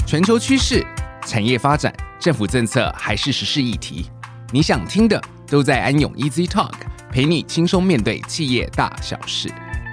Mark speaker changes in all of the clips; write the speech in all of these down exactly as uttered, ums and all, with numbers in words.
Speaker 1: 全球趋势、产业发展、政府政策还是时事议题，你想听的都在安永 Easy Talk， 陪你轻松面对企业大小事。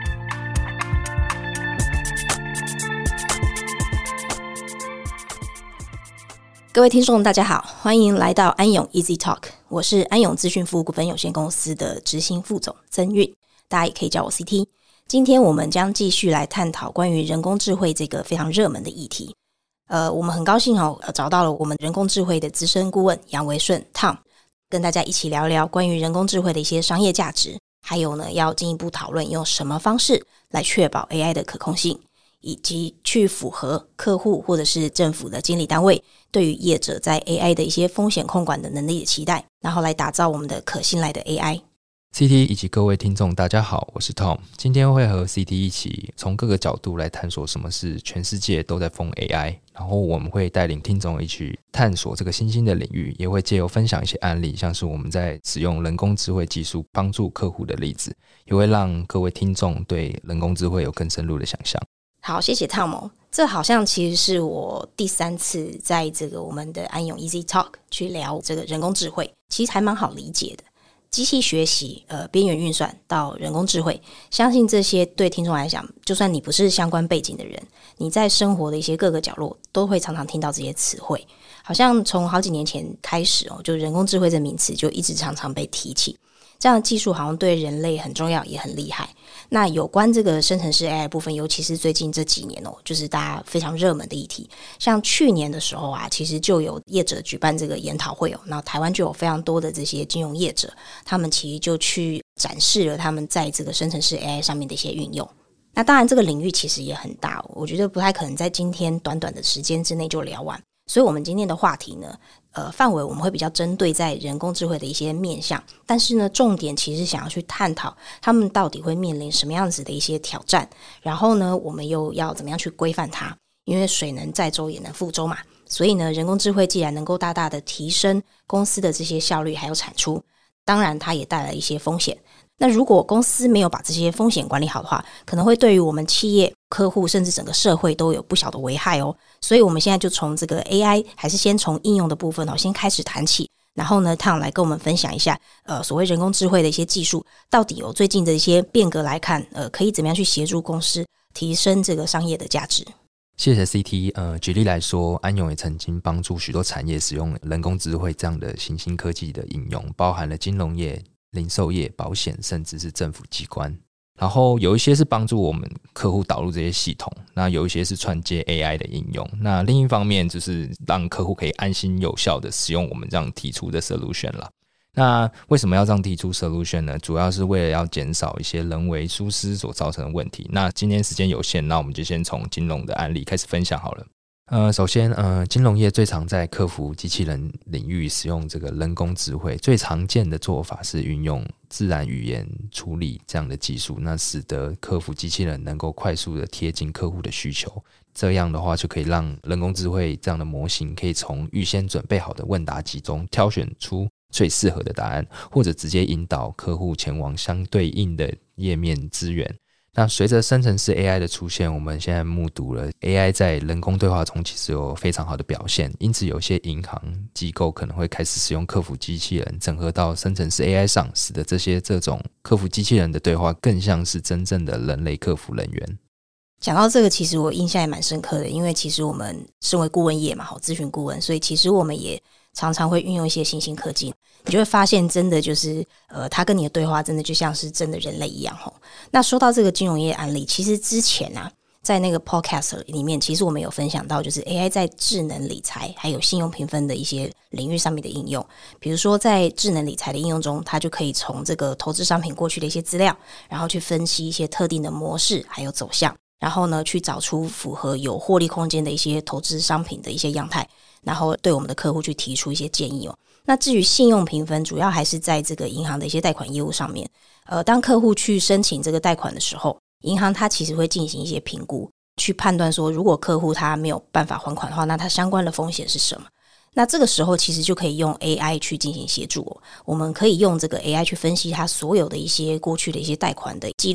Speaker 2: 各位听众大家好，欢迎来到安永 Easy Talk， 我是安永资讯服务股份有限公司的执行副总曾韵，大家也可以叫我 C T。 今天我们将继续来探讨关于人工智慧这个非常热门的议题。呃，我们很高兴哦，找到了我们人工智慧的资深顾问杨维顺 Tom， 跟大家一起聊聊关于人工智慧的一些商业价值，还有呢，要进一步讨论用什么方式来确保 A I 的可控性，以及去符合客户或者是政府的监理单位对于业者在 A I 的一些风险控管的能力的期待，然后来打造我们的可信赖的 A I。C
Speaker 3: T 以及各位听众大家好，我是 Tom， 今天会和 C T 一起从各个角度来探索什么是全世界都在疯 A I， 然后我们会带领听众一起探索这个新兴的领域，也会借由分享一些案例，像是我们在使用人工智慧技术帮助客户的例子，也会让各位听众对人工智慧有更深入的想象。
Speaker 2: 好，谢谢 Tom。 这好像其实是我第三次在这个我们的安永 Easy Talk 去聊这个人工智慧，其实还蛮好理解的。机器学习、呃，边缘运算到人工智慧，相信这些对听众来讲，就算你不是相关背景的人，你在生活的一些各个角落都会常常听到这些词汇。好像从好几年前开始哦，就人工智慧这名词就一直常常被提起。这样的技术好像对人类很重要，也很厉害。那有关这个生成式 A I 部分，尤其是最近这几年哦，就是大家非常热门的议题。像去年的时候啊，其实就有业者举办这个研讨会哦，那台湾就有非常多的这些金融业者，他们其实就去展示了他们在这个生成式 A I 上面的一些运用。那当然这个领域其实也很大哦，我觉得不太可能在今天短短的时间之内就聊完。所以我们今天的话题呢，呃，范围我们会比较针对在人工智慧的一些面向，但是呢，重点其实想要去探讨他们到底会面临什么样子的一些挑战，然后呢，我们又要怎么样去规范它，因为水能载舟也能覆舟嘛，所以呢，人工智慧既然能够大大的提升公司的这些效率还有产出，当然它也带来一些风险。那如果公司没有把这些风险管理好的话，可能会对于我们企业、客户甚至整个社会都有不小的危害哦。所以我们现在就从这个 A I 还是先从应用的部分哦，先开始谈起。然后呢，Tom来跟我们分享一下，呃，所谓人工智慧的一些技术，到底有最近的一些变革来看，呃，可以怎么样去协助公司提升这个商业的价值。
Speaker 3: 谢谢 C T。 呃，举例来说，安永也曾经帮助许多产业使用人工智慧这样的新兴科技的应用，包含了金融业、零售业、保险，甚至是政府机关。然后有一些是帮助我们客户导入这些系统，那有一些是串接 A I 的应用，那另一方面就是让客户可以安心有效的使用我们这样提出的 solution 啦。那为什么要这样提出 solution 呢？主要是为了要减少一些人为疏失所造成的问题。那今天时间有限，那我们就先从金融的案例开始分享好了。呃，首先，呃，金融业最常在客服机器人领域使用这个人工智慧，最常见的做法是运用自然语言处理这样的技术，那使得客服机器人能够快速的贴近客户的需求。这样的话，就可以让人工智慧这样的模型可以从预先准备好的问答集中挑选出最适合的答案，或者直接引导客户前往相对应的页面资源。那随着生成式 A I 的出现，我们现在目睹了 A I 在人工对话中其实有非常好的表现，因此有些银行机构可能会开始使用客服机器人整合到生成式 A I 上，使得这些这种客服机器人的对话更像是真正的人类客服人员。
Speaker 2: 讲到这个，其实我印象也蛮深刻的，因为其实我们身为顾问业嘛，咨询顾问，所以其实我们也常常会运用一些新兴科技，你就会发现真的就是呃，他跟你的对话真的就像是真的人类一样。那说到这个金融业案例，其实之前啊在那个 podcast 里面，其实我们有分享到就是 A I 在智能理财还有信用评分的一些领域上面的应用。比如说在智能理财的应用中，它就可以从这个投资商品过去的一些资料，然后去分析一些特定的模式还有走向，然后呢去找出符合有获利空间的一些投资商品的一些样态，然后对我们的客户去提出一些建议哦。那至于信用评分，主要还是在这个银行的一些贷款业务上面。呃，当客户去申请这个贷款的时候，银行它其实会进行一些评估，去判断说如果客户他没有办法还款的话，那他相关的风险是什么。那这个时候其实就可以用 A I 去进行协助哦。我们可以用这个 A I 去分析他所有的一些过去的一些贷款的记录，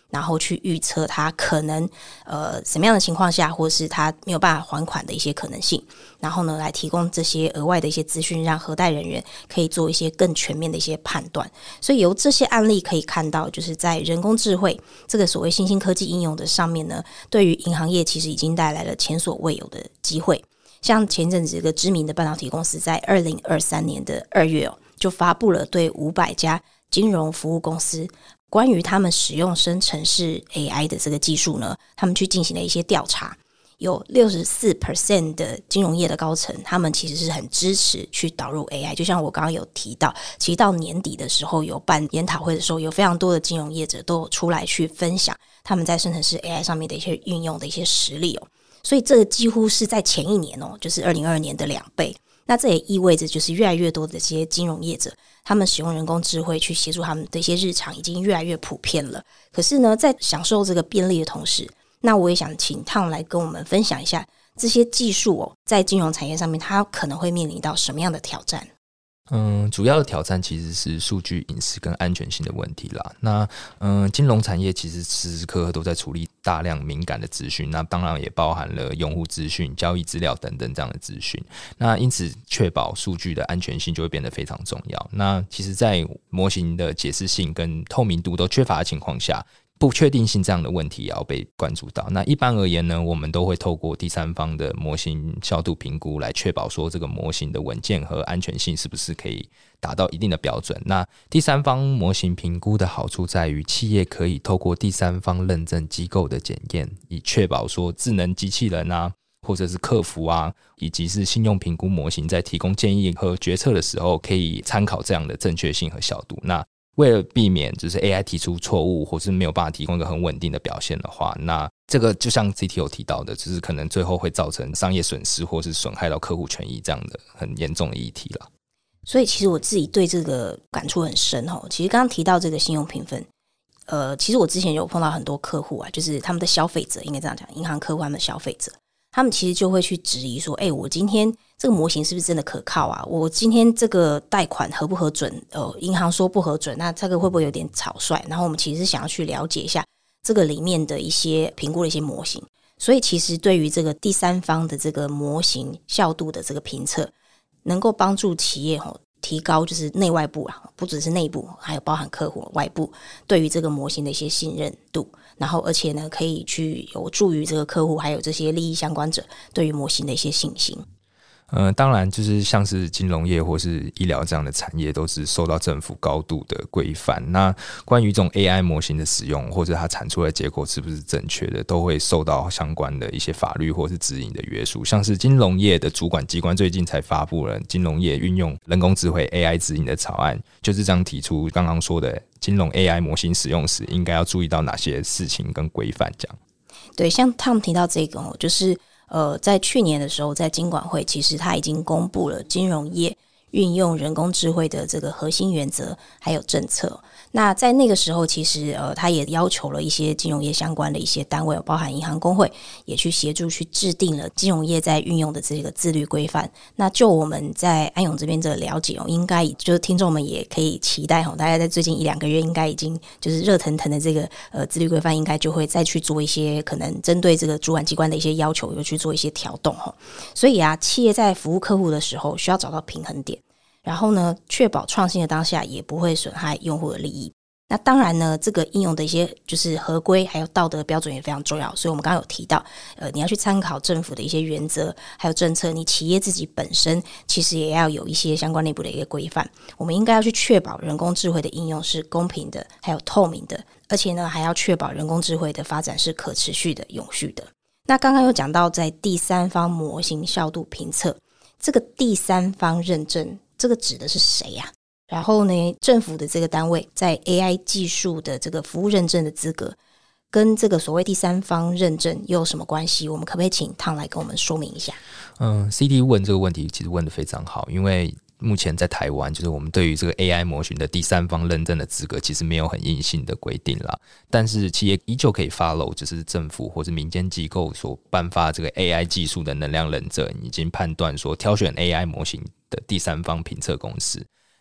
Speaker 2: 然后去预测它可能呃什么样的情况下，或是它没有办法还款的一些可能性，然后呢来提供这些额外的一些资讯，让核贷人员可以做一些更全面的一些判断。所以由这些案例可以看到，就是在人工智慧这个所谓新兴科技应用的上面呢，对于银行业其实已经带来了前所未有的机会。像前一阵子一个知名的半导体公司在二零二三年的二月哦，就发布了对五百家金融服务公司关于他们使用生成式 A I 的这个技术呢，他们去进行了一些调查，有 百分之六十四 的金融业的高层他们其实是很支持去导入 A I。 就像我刚刚有提到，其实到年底的时候有办研讨会的时候，有非常多的金融业者都有出来去分享他们在生成式 A I 上面的一些运用的一些实例哦。所以这个几乎是在前一年哦，就是二零二二年的两倍。那这也意味着就是越来越多的这些金融业者，他们使用人工智慧去协助他们的一些日常已经越来越普遍了。可是呢，在享受这个便利的同时，那我也想请Tom来跟我们分享一下这些技术哦，在金融产业上面它可能会面临到什么样的挑战。
Speaker 3: 嗯，主要的挑战其实是数据隐私跟安全性的问题啦。那嗯，金融产业其实时时刻刻都在处理大量敏感的资讯，那当然也包含了用户资讯、交易资料等等这样的资讯。那因此，确保数据的安全性就会变得非常重要。那其实，在模型的解释性跟透明度都缺乏的情况下，不确定性这样的问题也要被关注到。那一般而言呢，我们都会透过第三方的模型效度评估来确保说这个模型的稳健和安全性是不是可以达到一定的标准。那第三方模型评估的好处在于，企业可以透过第三方认证机构的检验，以确保说智能机器人啊，或者是客服啊，以及是信用评估模型在提供建议和决策的时候，可以参考这样的正确性和效度。那为了避免就是 A I 提出错误或是没有办法提供一个很稳定的表现的话，那这个就像 C T O 提到的，就是可能最后会造成商业损失或是损害到客户权益这样的很严重的议题了。
Speaker 2: 所以其实我自己对这个感触很深哦。其实刚刚提到这个信用评分，呃，其实我之前有碰到很多客户啊，就是他们的消费者，应该这样讲，银行客户他们的消费者，他们其实就会去质疑说，哎、欸，我今天这个模型是不是真的可靠啊？我今天这个贷款核不核准？呃，银行说不核准，那这个会不会有点草率？然后我们其实想要去了解一下这个里面的一些评估的一些模型。所以其实对于这个第三方的这个模型效度的这个评测，能够帮助企业吼提高就是内外部啊，不只是内部，还有包含客户外部对于这个模型的一些信任度，然后而且呢可以去有助于这个客户还有这些利益相关者对于模型的一些信心。
Speaker 3: 呃，当然就是像是金融业或是医疗这样的产业都是受到政府高度的规范。那关于这种 A I 模型的使用或者它产出的结果是不是正确的，都会受到相关的一些法律或是指引的约束。像是金融业的主管机关最近才发布了金融业运用人工智慧 A I 指引的草案，就是这样提出刚刚说的金融 A I 模型使用时应该要注意到哪些事情跟规范这样。
Speaker 2: 对，像他们提到这个就是呃，在去年的时候，在金管会其实他已经公布了金融业运用人工智慧的这个核心原则还有政策。那在那个时候其实呃，他也要求了一些金融业相关的一些单位，包含银行公会，也去协助去制定了金融业在运用的这个自律规范。那就我们在安永这边的了解哦，应该就是听众们也可以期待哦，大概在最近一两个月应该已经就是热腾腾的这个呃自律规范应该就会再去做一些可能针对这个主管机关的一些要求，又去做一些调动哦。所以啊，企业在服务客户的时候需要找到平衡点，然后呢，确保创新的当下也不会损害用户的利益。那当然呢，这个应用的一些就是合规还有道德标准也非常重要。所以我们刚刚有提到，呃，你要去参考政府的一些原则还有政策，你企业自己本身其实也要有一些相关内部的一个规范。我们应该要去确保人工智慧的应用是公平的还有透明的，而且呢，还要确保人工智慧的发展是可持续的永续的。那刚刚有讲到在第三方模型效度评测，这个第三方认证这个指的是谁呀、啊？然后呢，政府的这个单位在 A I 技术的这个服务认证的资格跟这个所谓第三方认证又有什么关系？我们可不可以请Tom来跟我们说明一下？
Speaker 3: 嗯 C D 问这个问题其实问得非常好，因为目前在台湾就是我们对于这个 A I 模型的第三方认证的资格其实没有很硬性的规定啦，但是企业依旧可以 follow 就是政府或是民间机构所颁发这个 A I 技术的能量认证，已经判断说挑选 A I 模型的第三方评测公司，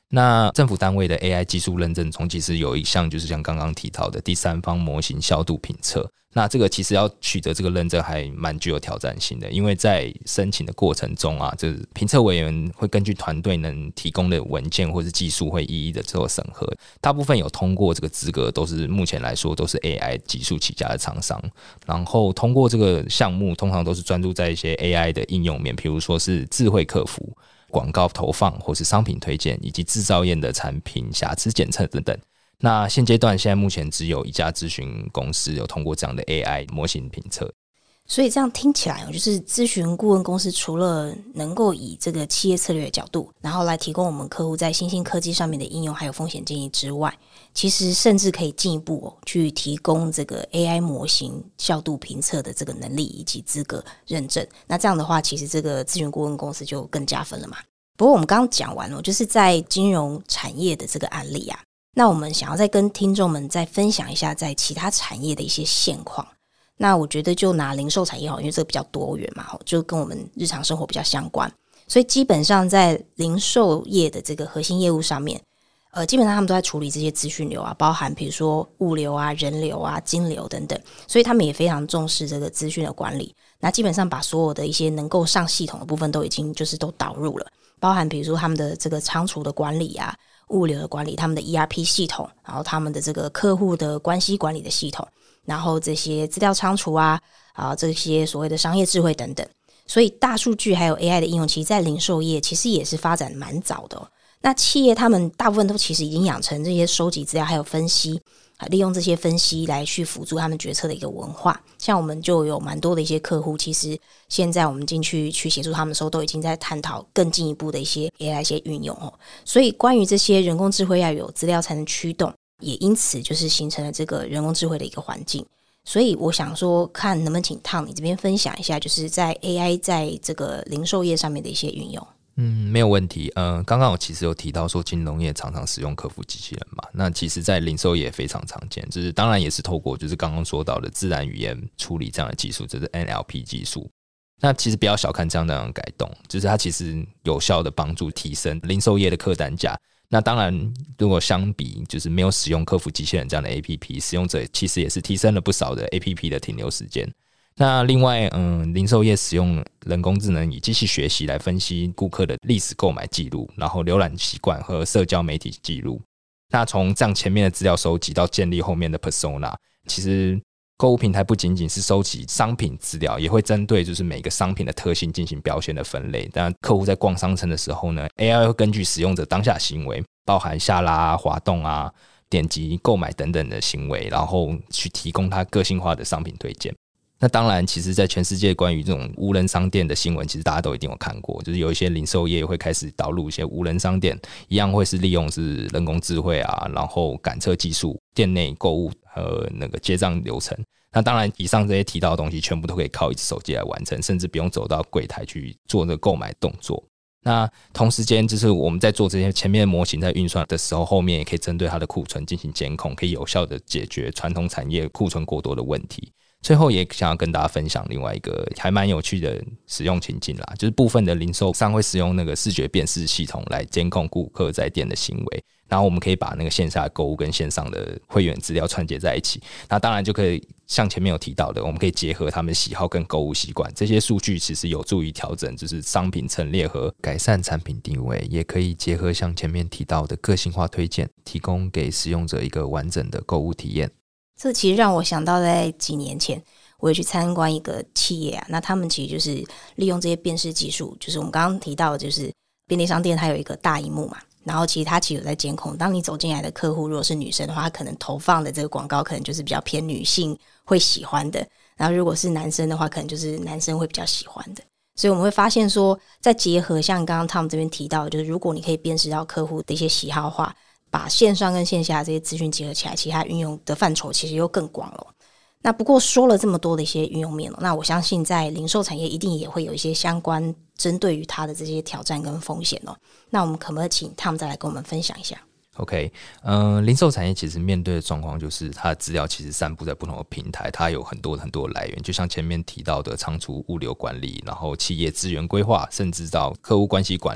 Speaker 3: 那政府单位的 A I 技术认证中，其实有一项就是像刚刚提到的第三方模型效度评测。那这个其实要取得这个认证还蛮具有挑战性的，因为在申请的过程中啊，这评测委员会根据团队能提供的文件或是技术会一一的做审核。大部分有通过这个资格都是目前来说都是 A I 技术起家的厂商，然后通过这个项目通常都是专注在一些 A I 的应用面，比如说是智慧客服、广告投放或是商品推荐，以及制造业的产品瑕疵检测等等。那现阶段现在目前只有一家咨询公司有通过这样的 A I 模型评测。
Speaker 2: 所以这样听起来就是咨询顾问公司除了能够以这个企业策略的角度，然后来提供我们客户在新兴科技上面的应用还有风险建议之外，其实甚至可以进一步、哦、去提供这个 A I 模型效度评测的这个能力以及资格认证。那这样的话其实这个咨询顾问公司就更加分了嘛。不过我们刚刚讲完了，就是在金融产业的这个案例啊，那我们想要再跟听众们再分享一下在其他产业的一些现况。那我觉得就拿零售产业好，因为这个比较多元嘛，就跟我们日常生活比较相关，所以基本上在零售业的这个核心业务上面，呃，基本上他们都在处理这些资讯流啊，包含比如说物流啊、人流啊、金流等等，所以他们也非常重视这个资讯的管理。那基本上把所有的一些能够上系统的部分都已经就是都导入了，包含比如说他们的这个仓储的管理啊、物流的管理、他们的 E R P 系统，然后他们的这个客户的关系管理的系统，然后这些资料仓储啊，啊这些所谓的商业智慧等等。所以大数据还有 A I 的应用，其实在零售业其实也是发展蛮早的、哦、那企业他们大部分都其实已经养成这些收集资料还有分析，利用这些分析来去辅助他们决策的一个文化。像我们就有蛮多的一些客户，其实现在我们进去去协助他们的时候，都已经在探讨更进一步的一些 A I 一些运用、哦、所以关于这些人工智慧要有资料才能驱动，也因此就是形成了这个人工智慧的一个环境。所以我想说看能不能请 Tom 你这边分享一下，就是在 A I 在这个零售业上面的一些运用。
Speaker 3: 嗯，没有问题。呃，刚刚我其实有提到说金融业常常使用客服机器人嘛，那其实在零售业也非常常见，就是当然也是透过就是刚刚说到的自然语言处理这样的技术，就是 N L P 技术。那其实不要小看这样的改动，就是它其实有效的帮助提升零售业的客单价。那当然如果相比就是没有使用客服机器人这样的 A P P， 使用者其实也是提升了不少的 A P P 的停留时间。那另外嗯，零售业使用人工智能以机器学习来分析顾客的历史购买记录，然后浏览习惯和社交媒体记录。那从这样前面的资料收集到建立后面的 persona， 其实购物平台不仅仅是收集商品资料，也会针对就是每个商品的特性进行标签的分类。当然客户在逛商城的时候呢， A I 会根据使用者当下行为，包含下拉啊、滑动啊、点击购买等等的行为，然后去提供它个性化的商品推荐。那当然其实在全世界关于这种无人商店的新闻，其实大家都一定有看过，就是有一些零售业会开始导入一些无人商店，一样会是利用是人工智慧啊，然后感测技术，店内购物和那个结账流程。那当然以上这些提到的东西全部都可以靠一只手机来完成，甚至不用走到柜台去做那个购买动作。那同时间就是我们在做这些前面的模型在运算的时候，后面也可以针对它的库存进行监控，可以有效的解决传统产业库存过多的问题。最后也想要跟大家分享另外一个还蛮有趣的使用情境啦，就是部分的零售商会使用那个视觉辨识系统来监控顾客在店的行为，然后我们可以把那个线下的购物跟线上的会员资料串接在一起。那当然就可以像前面有提到的，我们可以结合他们喜好跟购物习惯，这些数据其实有助于调整就是商品陈列和改善产品定位，也可以结合像前面提到的个性化推荐，提供给使用者一个完整的购物体验。
Speaker 2: 这其实让我想到在几年前我也去参观一个企业啊，那他们其实就是利用这些辨识技术，就是我们刚刚提到的就是便利商店它有一个大萤幕嘛，然后其实它其实有在监控当你走进来的客户如果是女生的话，它可能投放的这个广告可能就是比较偏女性会喜欢的，然后如果是男生的话可能就是男生会比较喜欢的。所以我们会发现说在结合像刚刚 Tom 这边提到的，就是如果你可以辨识到客户的一些喜好化，把线上跟线下这些资讯结合起来，其他运用的范畴其实又更广了。那不过说了这么多的一些运用面了，那我相信在零售产业一定也会有一些相关针对于它的这些挑战跟风险哦。那我们可不可以请 Tom 再来跟我们分享一下？
Speaker 3: OK， 呃，零售产业其实面对的状况就是它的资料其实散布在不同的平台，它有很多很多的来源，就像前面提到的仓储物流管理，然后企业资源规划，甚至到客户关系管理。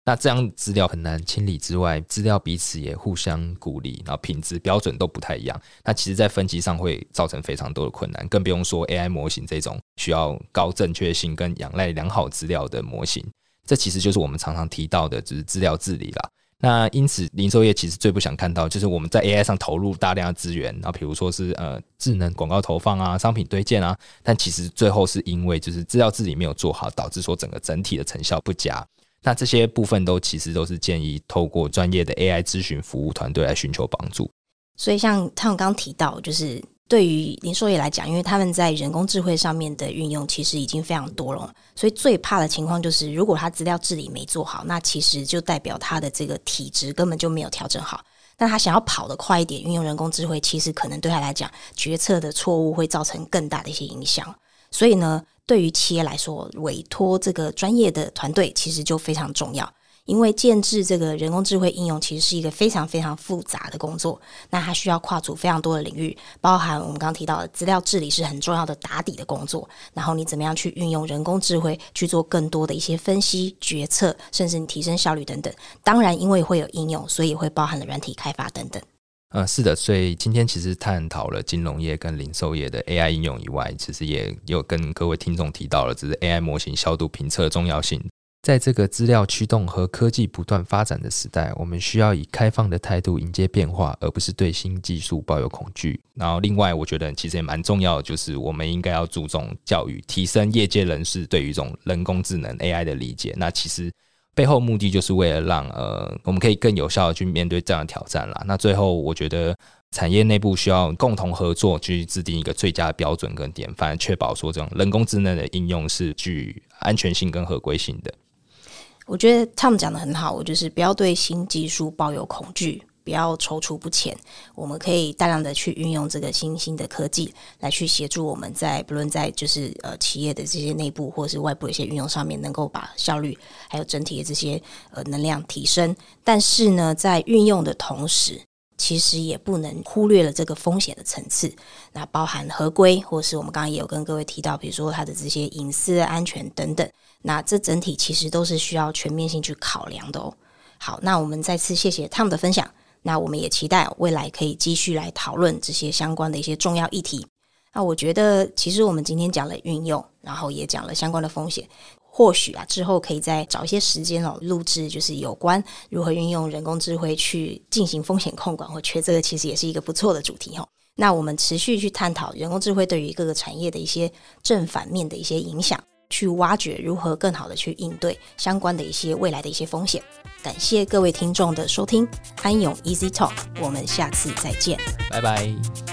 Speaker 3: 那这样资料很难清理之外，资料彼此也互相鼓励，然后品质标准都不太一样，那其实在分析上会造成非常多的困难，更不用说 A I 模型这种需要高正确性跟仰赖良好资料的模型。这其实就是我们常常提到的就是资料治理啦。那因此零售业其实最不想看到就是我们在 A I 上投入大量的资源，然后比如说是呃智能广告投放啊、商品推荐啊，但其实最后是因为就是资料治理没有做好，导致说整个整体的成效不佳。那这些部分都其实都是建议透过专业的 A I 咨询服务团队来寻求帮助。
Speaker 2: 所以像他们刚刚提到，就是对于零售业来讲，因为他们在人工智慧上面的运用其实已经非常多了，所以最怕的情况就是如果他资料治理没做好，那其实就代表他的这个体质根本就没有调整好。但他想要跑得快一点，运用人工智慧，其实可能对他来讲决策的错误会造成更大的一些影响。所以呢，对于企业来说，委托这个专业的团队其实就非常重要，因为建制这个人工智慧应用其实是一个非常非常复杂的工作，那它需要跨足非常多的领域，包含我们刚刚提到的资料治理是很重要的打底的工作，然后你怎么样去运用人工智慧去做更多的一些分析决策，甚至你提升效率等等。当然因为会有应用，所以会包含了软体开发等等。
Speaker 3: 呃，是的，所以今天其实探讨了金融业跟零售业的 A I 应用以外，其实也有跟各位听众提到了这是 A I 模型消毒评测的重要性。在这个资料驱动和科技不断发展的时代，我们需要以开放的态度迎接变化，而不是对新技术抱有恐惧。然后另外我觉得其实也蛮重要的，就是我们应该要注重教育，提升业界人士对于这种人工智能 A I 的理解。那其实背后目的就是为了让呃我们可以更有效的去面对这样的挑战啦。那最后我觉得产业内部需要共同合作，去制定一个最佳的标准跟典范，确保说这种人工智能的应用是具安全性跟合规性的。
Speaker 2: 我觉得他们讲得很好，我就是不要对新技术抱有恐惧，不要踌躇不前，我们可以大量的去运用这个新兴的科技来去协助我们在不论在就是呃企业的这些内部或是外部的一些运用上面，能够把效率还有整体的这些呃能量提升。但是呢，在运用的同时，其实也不能忽略了这个风险的层次，那包含合规，或是我们刚刚也有跟各位提到，比如说它的这些隐私安全等等，那这整体其实都是需要全面性去考量的哦。好，那我们再次谢谢他们的分享，那我们也期待未来可以继续来讨论这些相关的一些重要议题。那我觉得其实我们今天讲了运用，然后也讲了相关的风险，或许啊之后可以再找一些时间哦，录制就是有关如何运用人工智慧去进行风险控管，我觉得这个其实也是一个不错的主题哦。那我们持续去探讨人工智慧对于各个产业的一些正反面的一些影响，去挖掘如何更好的去应对相关的一些未来的一些风险。感谢各位听众的收听，安永 Easy Talk， 我们下次再见，
Speaker 3: 拜拜。